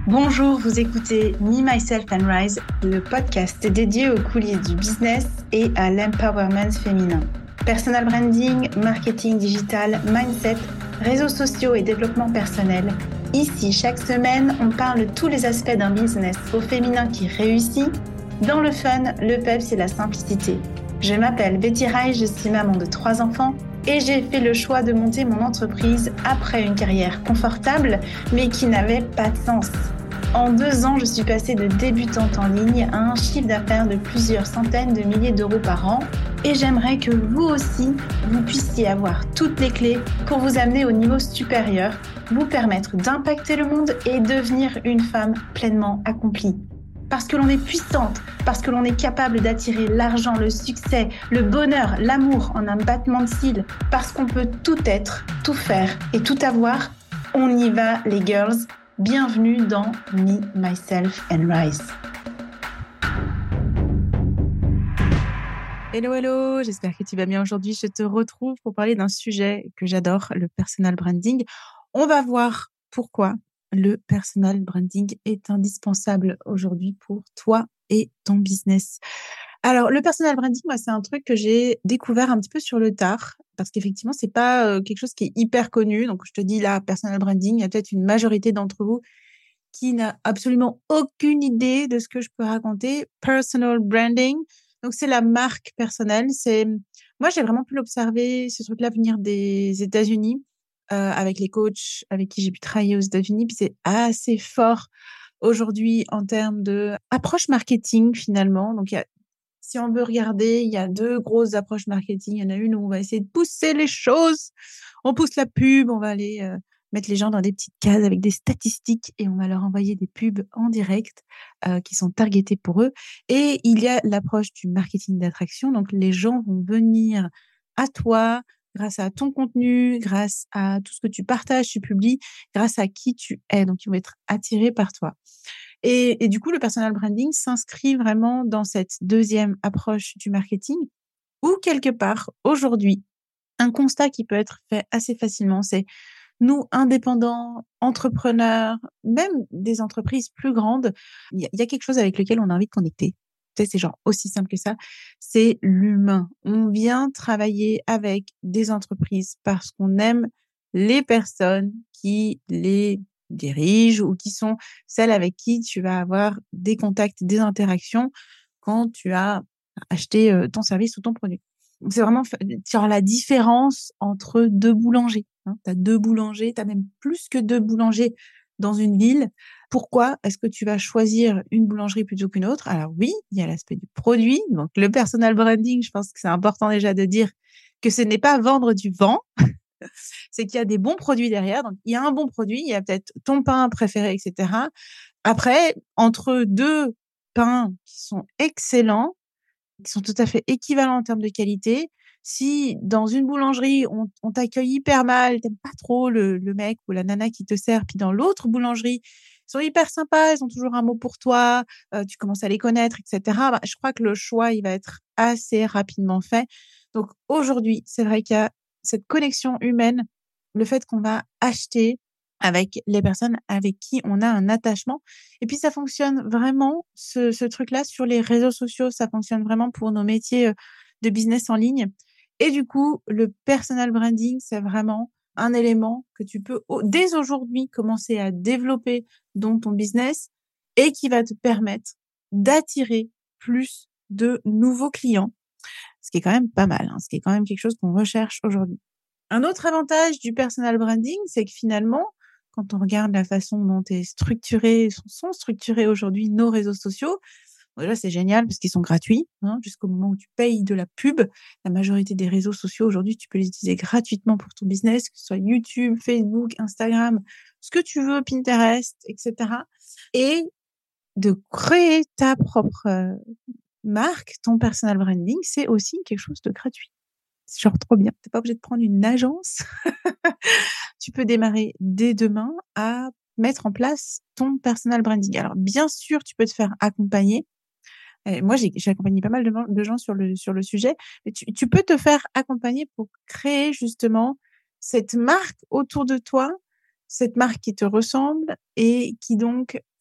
Bonjour, vous écoutez Me, Myself and Rise, le podcast dédié aux coulisses du business et à l'empowerment féminin. Personal branding, marketing digital, mindset, réseaux sociaux et développement personnel. Ici, chaque semaine, on parle de tous les aspects d'un business au féminin qui réussit, dans le fun, le peps et la simplicité. Je m'appelle Betty Rai, je suis maman de 3 enfants et j'ai fait le choix de monter mon entreprise après une carrière confortable mais qui n'avait pas de sens. En 2 ans, je suis passée de débutante en ligne à un chiffre d'affaires de plusieurs centaines de milliers d'euros par an et j'aimerais que vous aussi, vous puissiez avoir toutes les clés pour vous amener au niveau supérieur, vous permettre d'impacter le monde et devenir une femme pleinement accomplie. Parce que l'on est puissante, parce que l'on est capable d'attirer l'argent, le succès, le bonheur, l'amour en un battement de cils, parce qu'on peut tout être, tout faire et tout avoir, on y va les girls. Bienvenue dans Me, Myself and Rise. Hello, j'espère que tu vas bien aujourd'hui. Je te retrouve pour parler d'un sujet que j'adore, le personal branding. On va voir pourquoi le personal branding est indispensable aujourd'hui pour toi et ton business. Alors, le personal branding, moi, c'est un truc que j'ai découvert un petit peu sur le tard parce qu'effectivement, c'est pas quelque chose qui est hyper connu. Donc, je te dis là, personal branding, il y a peut-être une majorité d'entre vous qui n'a absolument aucune idée de ce que je peux raconter. Personal branding, donc c'est la marque personnelle. Moi, j'ai vraiment pu l'observer, ce truc-là, venir des États-Unis avec les coachs avec qui j'ai pu travailler aux États-Unis. Puis c'est assez fort aujourd'hui en termes de approche marketing finalement. Donc, si on veut regarder, il y a 2 grosses approches marketing. Il y en a une où on va essayer de pousser les choses. On pousse la pub, on va aller mettre les gens dans des petites cases avec des statistiques et on va leur envoyer des pubs en direct qui sont targetées pour eux. Et il y a l'approche du marketing d'attraction. Donc, les gens vont venir à toi grâce à ton contenu, grâce à tout ce que tu partages, tu publies, grâce à qui tu es. Donc, ils vont être attirés par toi. Et du coup, le personal branding s'inscrit vraiment dans cette deuxième approche du marketing où quelque part, aujourd'hui, un constat qui peut être fait assez facilement, c'est nous, indépendants, entrepreneurs, même des entreprises plus grandes, il y a quelque chose avec lequel on a envie de connecter. Tu sais, c'est genre aussi simple que ça. C'est l'humain. On vient travailler avec des entreprises parce qu'on aime les personnes qui les dirigent ou qui sont celles avec qui tu vas avoir des contacts, des interactions quand tu as acheté ton service ou ton produit. Donc, c'est vraiment genre la différence entre 2 boulangers. Hein. Tu as 2 boulangers, tu as même plus que 2 boulangers dans une ville. Pourquoi est-ce que tu vas choisir une boulangerie plutôt qu'une autre? Alors oui, il y a l'aspect du produit. Donc le personal branding, je pense que c'est important déjà de dire que ce n'est pas vendre du vent, c'est qu'il y a des bons produits derrière. Donc il y a un bon produit, il y a peut-être ton pain préféré, etc. Après, entre 2 pains qui sont excellents, qui sont tout à fait équivalents en termes de qualité. Si dans une boulangerie, on t'accueille hyper mal, t'aimes pas trop le mec ou la nana qui te sert, puis dans l'autre boulangerie, ils sont hyper sympas, ils ont toujours un mot pour toi, tu commences à les connaître, etc. Bah, je crois que le choix, il va être assez rapidement fait. Donc aujourd'hui, c'est vrai qu'il y a cette connexion humaine, le fait qu'on va acheter avec les personnes avec qui on a un attachement. Et puis, ça fonctionne vraiment, ce truc-là, sur les réseaux sociaux. Ça fonctionne vraiment pour nos métiers de business en ligne. Et du coup, le personal branding, c'est vraiment un élément que tu peux, dès aujourd'hui, commencer à développer dans ton business et qui va te permettre d'attirer plus de nouveaux clients, ce qui est quand même pas mal, hein, ce qui est quand même quelque chose qu'on recherche aujourd'hui. Un autre avantage du personal branding, c'est que finalement, quand on regarde la façon dont sont structurés aujourd'hui nos réseaux sociaux, déjà c'est génial parce qu'ils sont gratuits, hein, jusqu'au moment où tu payes de la pub. La majorité des réseaux sociaux aujourd'hui, tu peux les utiliser gratuitement pour ton business, que ce soit YouTube, Facebook, Instagram, ce que tu veux, Pinterest, etc. Et de créer ta propre marque, ton personal branding, c'est aussi quelque chose de gratuit. C'est genre trop bien. T'es pas obligé de prendre une agence. Tu peux démarrer dès demain à mettre en place ton personal branding. Alors, bien sûr, tu peux te faire accompagner. Moi, j'ai accompagné pas mal de gens sur le sujet. Mais tu peux te faire accompagner pour créer justement cette marque autour de toi, cette marque qui te ressemble et qui donc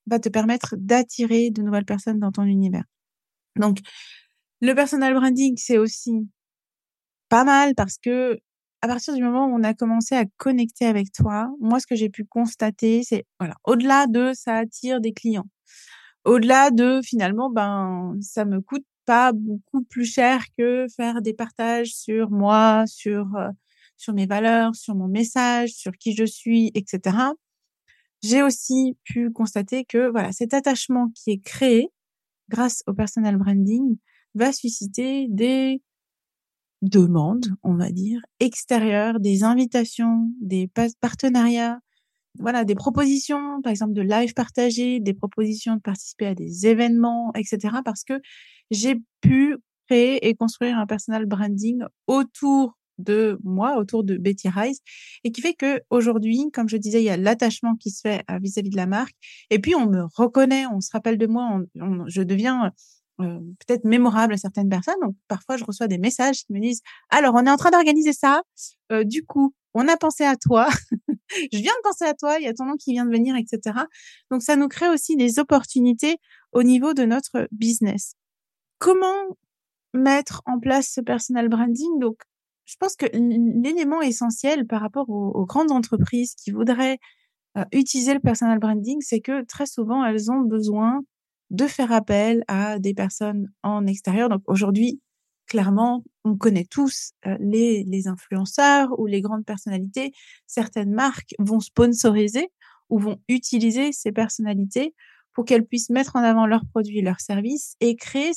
va te permettre d'attirer de nouvelles personnes dans ton univers. Donc, le personal branding, c'est aussi pas mal parce que à partir du moment où on a commencé à connecter avec toi, moi, ce que j'ai pu constater, c'est, voilà, au-delà de ça attire des clients, au-delà de finalement, ça me coûte pas beaucoup plus cher que faire des partages sur moi, sur mes valeurs, sur mon message, sur qui je suis, etc. J'ai aussi pu constater que, voilà, cet attachement qui est créé grâce au personal branding va susciter des demandes, on va dire, extérieures, des invitations, des partenariats, voilà, des propositions, par exemple de live partagés, des propositions de participer à des événements, etc. Parce que j'ai pu créer et construire un personal branding autour de moi, autour de Betty Rise, et qui fait que aujourd'hui, comme je disais, il y a l'attachement qui se fait vis-à-vis de la marque, et puis on me reconnaît, on se rappelle de moi, je deviens peut-être mémorable à certaines personnes. Donc parfois, je reçois des messages qui me disent: «Alors, on est en train d'organiser ça. Du coup, on a pensé à toi. Je viens de penser à toi. Il y a ton nom qui vient de venir, etc.» Donc ça nous crée aussi des opportunités au niveau de notre business. Comment mettre en place ce personal branding? Donc, je pense que l'élément essentiel par rapport aux grandes entreprises qui voudraient utiliser le personal branding, c'est que très souvent, elles ont besoin de faire appel à des personnes en extérieur. Donc aujourd'hui, clairement, on connaît tous les influenceurs ou les grandes personnalités. Certaines marques vont sponsoriser ou vont utiliser ces personnalités pour qu'elles puissent mettre en avant leurs produits, leurs services et créer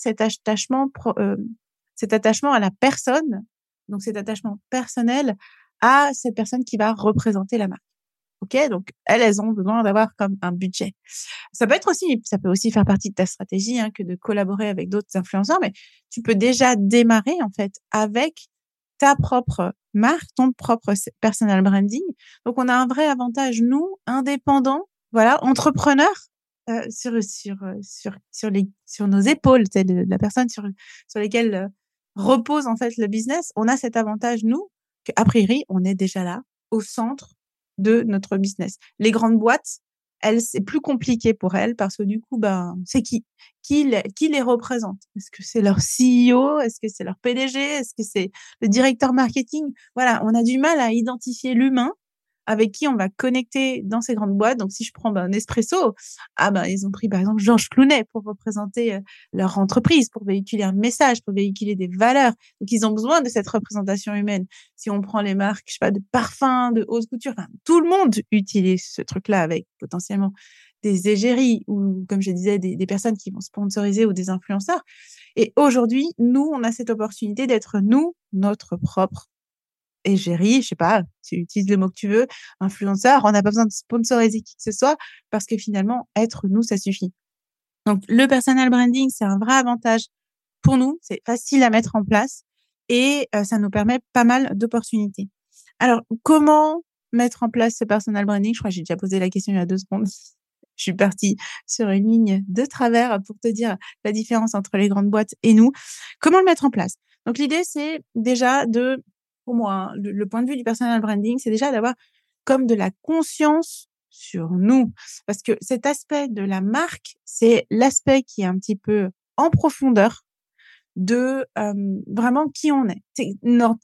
cet attachement à la personne, donc cet attachement personnel à cette personne qui va représenter la marque. OK? Donc elles ont besoin d'avoir comme un budget. Ça peut aussi faire partie de ta stratégie, hein, que de collaborer avec d'autres influenceurs, mais tu peux déjà démarrer, en fait, avec ta propre marque, ton propre personal branding. Donc on a un vrai avantage, nous, indépendants, voilà, entrepreneurs, sur nos épaules, tu sais, la personne sur lesquelles, repose, en fait, le business. On a cet avantage, nous, qu'a priori, on est déjà là, au centre de notre business. Les grandes boîtes, elles, c'est plus compliqué pour elles parce que du coup, c'est qui les représente? Est-ce que c'est leur CEO? Est-ce que c'est leur PDG? Est-ce que c'est le directeur marketing? Voilà, on a du mal à identifier l'humain avec qui on va connecter dans ces grandes boîtes. Donc, si je prends Nespresso, ils ont pris par exemple Georges Clooney pour représenter leur entreprise, pour véhiculer un message, pour véhiculer des valeurs. Donc, ils ont besoin de cette représentation humaine. Si on prend les marques, je sais pas, de parfums, de haute couture, enfin, tout le monde utilise ce truc-là avec potentiellement des égéries ou, comme je disais, des personnes qui vont sponsoriser ou des influenceurs. Et aujourd'hui, nous, on a cette opportunité d'être nous, notre propre égérie, je sais pas, tu utilises le mot que tu veux, influenceur, on n'a pas besoin de sponsoriser qui que ce soit parce que finalement, être nous, ça suffit. Donc, le personal branding, c'est un vrai avantage pour nous, c'est facile à mettre en place et ça nous permet pas mal d'opportunités. Alors, comment mettre en place ce personal branding? Je crois que j'ai déjà posé la question il y a 2 secondes. Je suis partie sur une ligne de travers pour te dire la différence entre les grandes boîtes et nous. Comment le mettre en place? Donc, l'idée, c'est déjà pour moi, hein, le point de vue du personal branding, c'est déjà d'avoir comme de la conscience sur nous. Parce que cet aspect de la marque, c'est l'aspect qui est un petit peu en profondeur de vraiment qui on est. C'est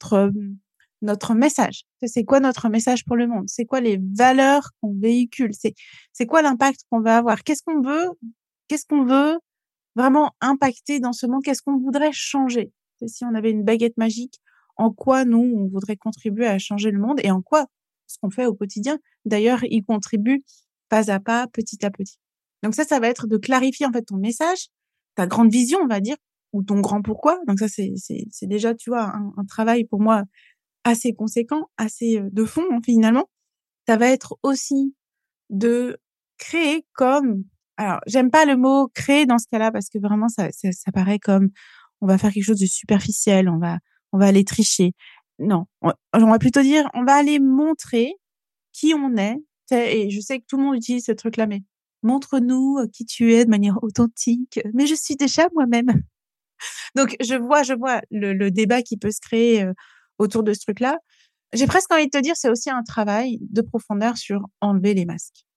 notre message. C'est quoi notre message pour le monde? C'est quoi les valeurs qu'on véhicule? C'est quoi l'impact qu'on va avoir? Qu'est-ce qu'on veut vraiment impacter dans ce monde? Qu'est-ce qu'on voudrait changer? Si on avait une baguette magique, en quoi nous, on voudrait contribuer à changer le monde et en quoi ce qu'on fait au quotidien, d'ailleurs, y contribue pas à pas, petit à petit. Donc ça va être de clarifier en fait ton message, ta grande vision, on va dire, ou ton grand pourquoi. Donc ça, c'est déjà, tu vois, un travail pour moi assez conséquent, assez de fond, hein, finalement. Ça va être aussi de créer comme, alors j'aime pas le mot créer dans ce cas-là parce que vraiment ça paraît comme on va faire quelque chose de superficiel, on va aller tricher. Non, on va plutôt dire on va aller montrer qui on est. Et je sais que tout le monde utilise ce truc-là, mais montre-nous qui tu es de manière authentique. Mais je suis déjà moi-même. Donc je vois le débat qui peut se créer autour de ce truc-là. J'ai presque envie de te dire, c'est aussi un travail de profondeur sur enlever les masques.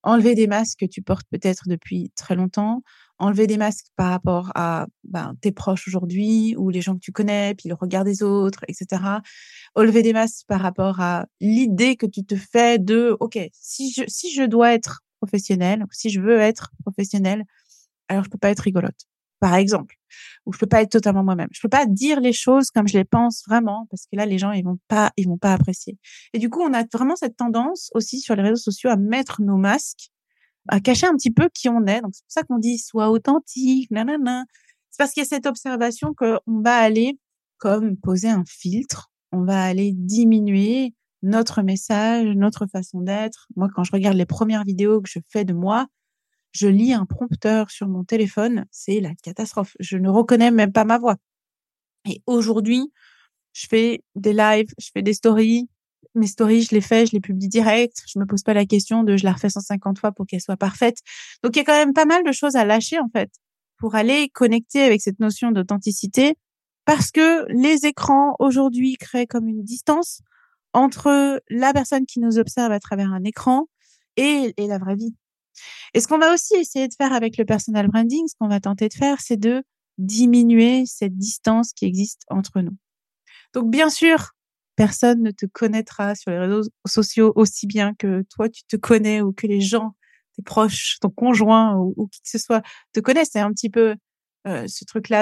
enlever des masques que tu portes peut-être depuis très longtemps, enlever des masques par rapport à tes proches aujourd'hui ou les gens que tu connais, puis le regard des autres, etc. Enlever des masques par rapport à l'idée que tu te fais de, OK, si je dois être professionnelle, si je veux être professionnelle, alors je peux pas être rigolote, par exemple, ou je peux pas être totalement moi-même. Je peux pas dire les choses comme je les pense vraiment, parce que là, les gens, ils vont pas apprécier. Et du coup, on a vraiment cette tendance aussi sur les réseaux sociaux à mettre nos masques, à cacher un petit peu qui on est. Donc, c'est pour ça qu'on dit sois authentique, nanana. C'est parce qu'il y a cette observation qu'on va aller comme poser un filtre. On va aller diminuer notre message, notre façon d'être. Moi, quand je regarde les premières vidéos que je fais de moi, je lis un prompteur sur mon téléphone, c'est la catastrophe. Je ne reconnais même pas ma voix. Et aujourd'hui, je fais des lives, je fais des stories. Mes stories, je les publie direct. Je me pose pas la question de je la refais 150 fois pour qu'elle soit parfaite. Donc, il y a quand même pas mal de choses à lâcher, en fait, pour aller connecter avec cette notion d'authenticité. Parce que les écrans, aujourd'hui, créent comme une distance entre la personne qui nous observe à travers un écran et la vraie vie. Et ce qu'on va aussi essayer de faire avec le personal branding, ce qu'on va tenter de faire, c'est de diminuer cette distance qui existe entre nous. Donc, bien sûr, personne ne te connaîtra sur les réseaux sociaux aussi bien que toi, tu te connais ou que les gens, tes proches, ton conjoint ou qui que ce soit te connaissent. C'est un petit peu ce truc-là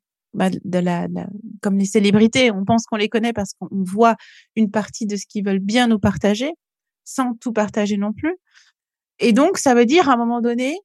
comme les célébrités. On pense qu'on les connaît parce qu'on voit une partie de ce qu'ils veulent bien nous partager, sans tout partager non plus. Et donc, ça veut dire, à un moment donné,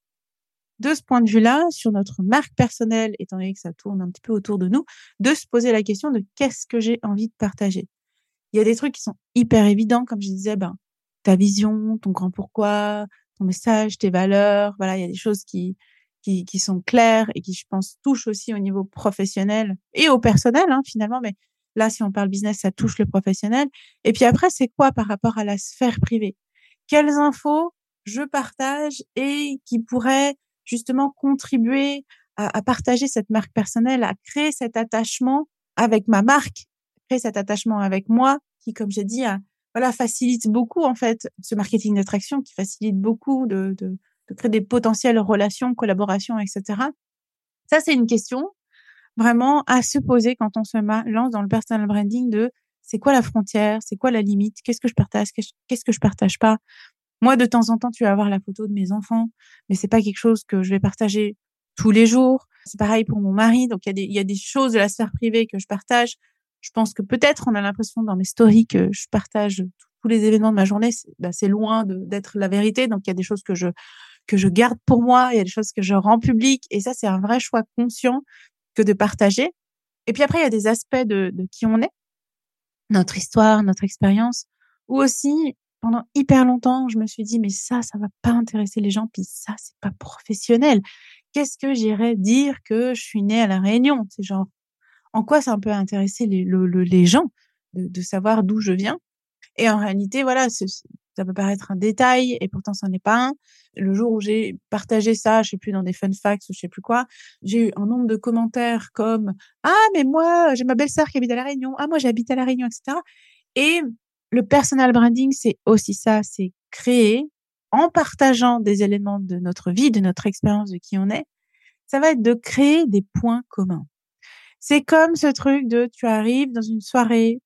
de ce point de vue-là, sur notre marque personnelle, étant donné que ça tourne un petit peu autour de nous, de se poser la question de qu'est-ce que j'ai envie de partager. Il y a des trucs qui sont hyper évidents, comme je disais, ta vision, ton grand pourquoi, ton message, tes valeurs. Voilà, il y a des choses qui sont claires et qui, je pense, touchent aussi au niveau professionnel et au personnel, hein, finalement. Mais là, si on parle business, ça touche le professionnel. Et puis après, c'est quoi par rapport à la sphère privée? Quelles infos je partage et qui pourraient justement contribuer à partager cette marque personnelle, à créer cet attachement avec ma marque, créer cet attachement avec moi, qui, comme j'ai dit, facilite beaucoup, en fait, ce marketing d'attraction, qui facilite beaucoup de créer des potentielles relations, collaborations, etc. Ça, c'est une question vraiment à se poser quand on se lance dans le personal branding de c'est quoi la frontière, c'est quoi la limite, qu'est-ce que je partage, qu'est-ce que je partage pas. Moi, de temps en temps, tu vas avoir la photo de mes enfants, mais c'est pas quelque chose que je vais partager tous les jours. C'est pareil pour mon mari. Donc, il y a des choses de la sphère privée que je partage. Je pense que peut-être on a l'impression dans mes stories que je partage tous les événements de ma journée. C'est loin d'être la vérité. Donc, il y a des choses que je garde pour moi. Il y a des choses que je rends publiques. Et ça, c'est un vrai choix conscient que de partager. Et puis après, il y a des aspects de qui on est, notre histoire, notre expérience, ou aussi pendant hyper longtemps, je me suis dit mais ça va pas intéresser les gens, puis ça c'est pas professionnel. Qu'est-ce que j'irais dire que je suis née à La Réunion? C'est genre en quoi ça peut intéresser les gens de savoir d'où je viens? Et en réalité, voilà, ça peut paraître un détail et pourtant ça n'est pas un. Le jour où j'ai partagé ça, je sais plus dans des fun facts ou je sais plus quoi, j'ai eu un nombre de commentaires comme ah mais moi j'ai ma belle-sœur qui habite à La Réunion, ah moi j'habite à La Réunion, etc. Et le personal branding, c'est aussi ça, c'est créer en partageant des éléments de notre vie, de notre expérience, de qui on est. Ça va être de créer des points communs. C'est comme ce truc de tu arrives dans une soirée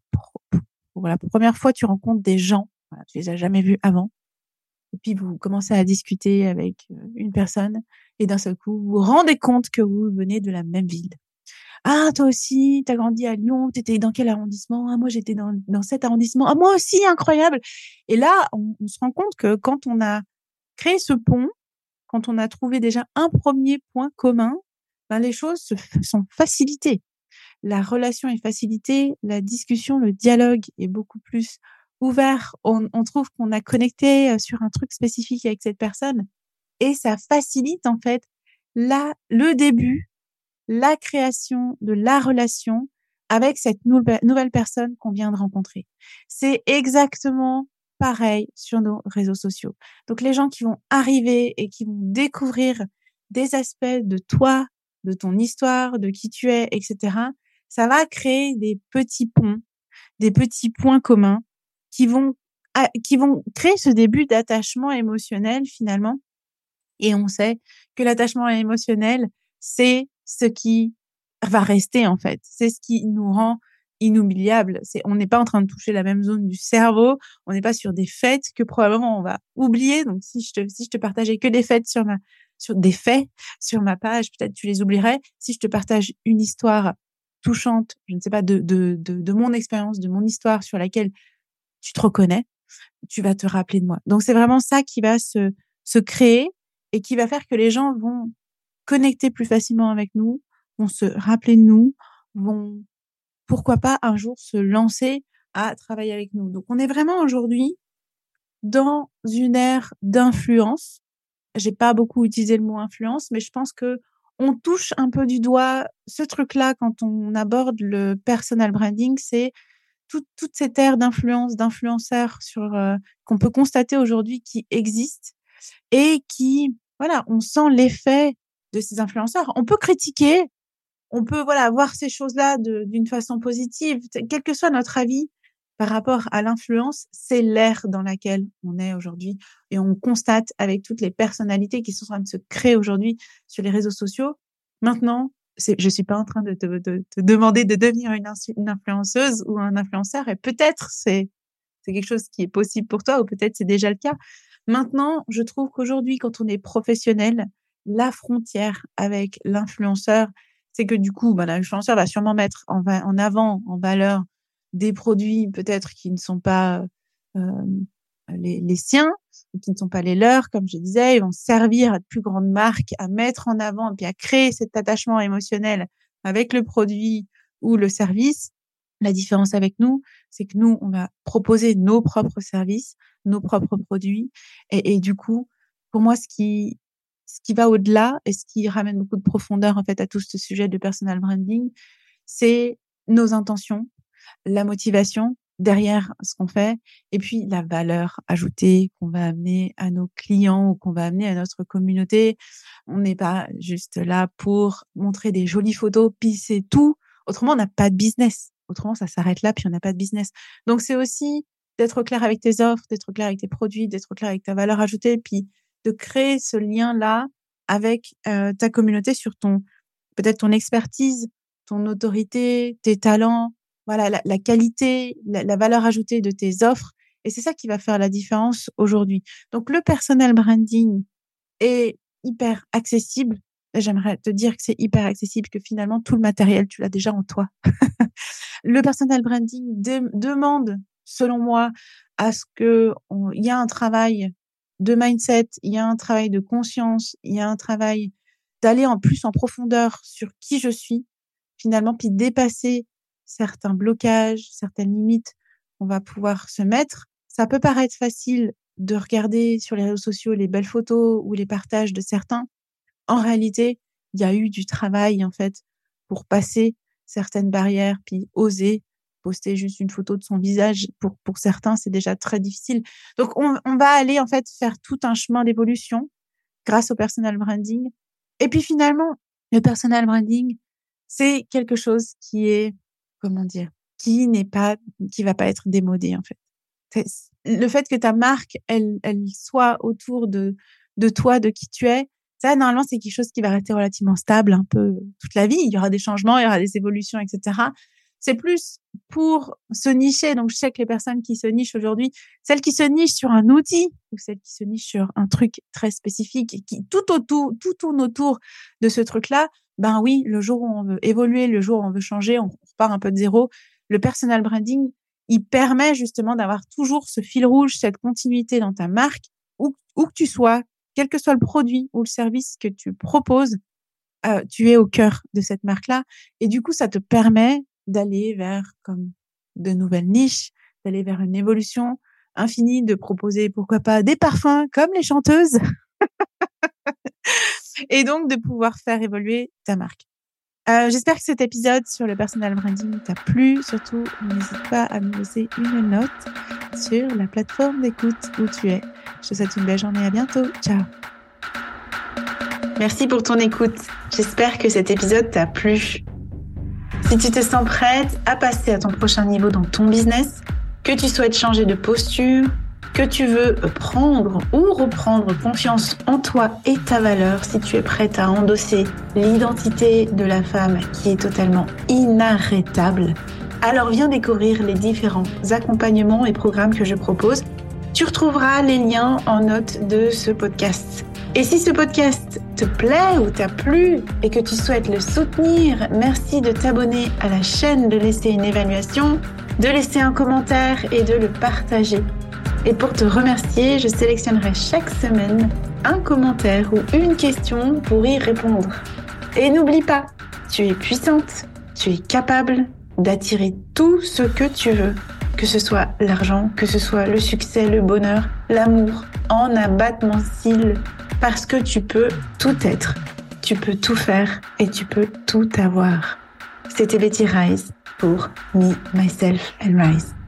pour la première fois, tu rencontres des gens, voilà, tu les as jamais vus avant. Et puis vous commencez à discuter avec une personne et d'un seul coup, vous vous rendez compte que vous venez de la même ville. Ah, toi aussi, t'as grandi à Lyon, t'étais dans quel arrondissement? Ah, moi, j'étais dans cet arrondissement. Ah, moi aussi, incroyable. Et là, on se rend compte que quand on a créé ce pont, quand on a trouvé déjà un premier point commun, les choses sont facilitées. La relation est facilitée, la discussion, le dialogue est beaucoup plus ouvert. On trouve qu'on a connecté sur un truc spécifique avec cette personne et ça facilite en fait le début, la création de la relation avec cette nouvelle personne qu'on vient de rencontrer. C'est exactement pareil sur nos réseaux sociaux. Donc les gens qui vont arriver et qui vont découvrir des aspects de toi, de ton histoire, de qui tu es, etc., ça va créer des petits ponts, des petits points communs qui vont qui vont créer ce début d'attachement émotionnel finalement. Et on sait que l'attachement émotionnel, c'est ce qui va rester en fait. C'est ce qui nous rend inoubliables. On n'est pas en train de toucher la même zone du cerveau. On n'est pas sur des faits que probablement on va oublier. Donc si je te partageais que des faits sur ma page, peut-être tu les oublierais. Si je te partage une histoire touchante, je ne sais pas, de mon expérience, de mon histoire sur laquelle tu te reconnais, tu vas te rappeler de moi. Donc c'est vraiment ça qui va se créer et qui va faire que les gens vont connecter plus facilement avec nous, vont se rappeler de nous, vont, pourquoi pas, un jour se lancer à travailler avec nous. Donc, on est vraiment aujourd'hui dans une ère d'influence. J'ai pas beaucoup utilisé le mot influence, mais je pense que on touche un peu du doigt ce truc-là quand on aborde le personal branding, c'est toute cette ère d'influence, d'influenceurs qu'on peut constater aujourd'hui qui existent et qui, voilà, on sent l'effet de ces influenceurs. On peut critiquer, on peut, voilà, voir ces choses-là d'une façon positive, quel que soit notre avis par rapport à l'influence, c'est l'ère dans laquelle on est aujourd'hui et on constate avec toutes les personnalités qui sont en train de se créer aujourd'hui sur les réseaux sociaux. Maintenant, je suis pas en train de te demander de devenir une influenceuse ou un influenceur et peut-être c'est quelque chose qui est possible pour toi ou peut-être c'est déjà le cas. Maintenant, je trouve qu'aujourd'hui, quand on est professionnel, la frontière avec l'influenceur, c'est que du coup, l'influenceur va sûrement mettre en avant, en valeur, des produits peut-être qui ne sont pas les siens, ou qui ne sont pas les leurs, comme je disais. Ils vont servir à de plus grandes marques, à mettre en avant et puis à créer cet attachement émotionnel avec le produit ou le service. La différence avec nous, c'est que nous, on va proposer nos propres services, nos propres produits. Et du coup, pour moi, ce qui va au-delà et ce qui ramène beaucoup de profondeur, en fait, à tout ce sujet de personal branding, c'est nos intentions, la motivation derrière ce qu'on fait et puis la valeur ajoutée qu'on va amener à nos clients ou qu'on va amener à notre communauté. On n'est pas juste là pour montrer des jolies photos, puis c'est tout. Autrement, on n'a pas de business. Autrement, ça s'arrête là, puis on n'a pas de business. Donc, c'est aussi d'être clair avec tes offres, d'être clair avec tes produits, d'être clair avec ta valeur ajoutée, puis de créer ce lien-là avec ta communauté sur peut-être ton expertise, ton autorité, tes talents, voilà, la qualité, la valeur ajoutée de tes offres. Et c'est ça qui va faire la différence aujourd'hui. Donc, le personal branding est hyper accessible. J'aimerais te dire que c'est hyper accessible, que finalement, tout le matériel, tu l'as déjà en toi. Le personal branding demande, selon moi, à ce qu'il y a un travail de mindset, il y a un travail de conscience, il y a un travail d'aller en profondeur sur qui je suis, finalement, puis dépasser certains blocages, certaines limites qu'on va pouvoir se mettre. Ça peut paraître facile de regarder sur les réseaux sociaux les belles photos ou les partages de certains. En réalité, il y a eu du travail, en fait, pour passer certaines barrières, puis oser poster juste une photo de son visage. Pour certains, c'est déjà très difficile. Donc, on va aller, en fait, faire tout un chemin d'évolution grâce au personal branding. Et puis, finalement, le personal branding, c'est quelque chose qui est, qui va pas être démodé, en fait. Le fait que ta marque, elle soit autour de toi, de qui tu es, ça, normalement, c'est quelque chose qui va rester relativement stable un peu toute la vie. Il y aura des changements, il y aura des évolutions, etc. C'est plus pour se nicher. Donc, je sais que les personnes qui se nichent aujourd'hui, celles qui se nichent sur un outil ou celles qui se nichent sur un truc très spécifique et qui tout tourne autour de ce truc-là, ben oui, le jour où on veut évoluer, le jour où on veut changer, on repart un peu de zéro. Le personal branding, il permet justement d'avoir toujours ce fil rouge, cette continuité dans ta marque, où que tu sois, quel que soit le produit ou le service que tu proposes, tu es au cœur de cette marque-là. Et du coup, ça te permet d'aller vers comme de nouvelles niches, d'aller vers une évolution infinie, de proposer, pourquoi pas, des parfums comme les chanteuses. Et donc, de pouvoir faire évoluer ta marque. J'espère que cet épisode sur le personal branding t'a plu. Surtout, n'hésite pas à me laisser une note sur la plateforme d'écoute où tu es. Je te souhaite une belle journée. À bientôt. Ciao. Merci pour ton écoute. J'espère que cet épisode t'a plu. Si tu te sens prête à passer à ton prochain niveau dans ton business, que tu souhaites changer de posture que tu veux prendre ou reprendre confiance en toi et ta valeur, si tu es prête à endosser l'identité de la femme qui est totalement inarrêtable, alors viens découvrir les différents accompagnements et programmes que je propose. Tu retrouveras les liens en note de ce podcast. Et si ce podcast te plaît ou t'a plu et que tu souhaites le soutenir, merci de t'abonner à la chaîne, de laisser une évaluation, de laisser un commentaire et de le partager. Et pour te remercier, je sélectionnerai chaque semaine un commentaire ou une question pour y répondre. Et n'oublie pas, tu es puissante, tu es capable d'attirer tout ce que tu veux, que ce soit l'argent, que ce soit le succès, le bonheur, l'amour, en un battement de cils, parce que tu peux tout être, tu peux tout faire et tu peux tout avoir. C'était Betty Rise pour Me, Myself and Rise.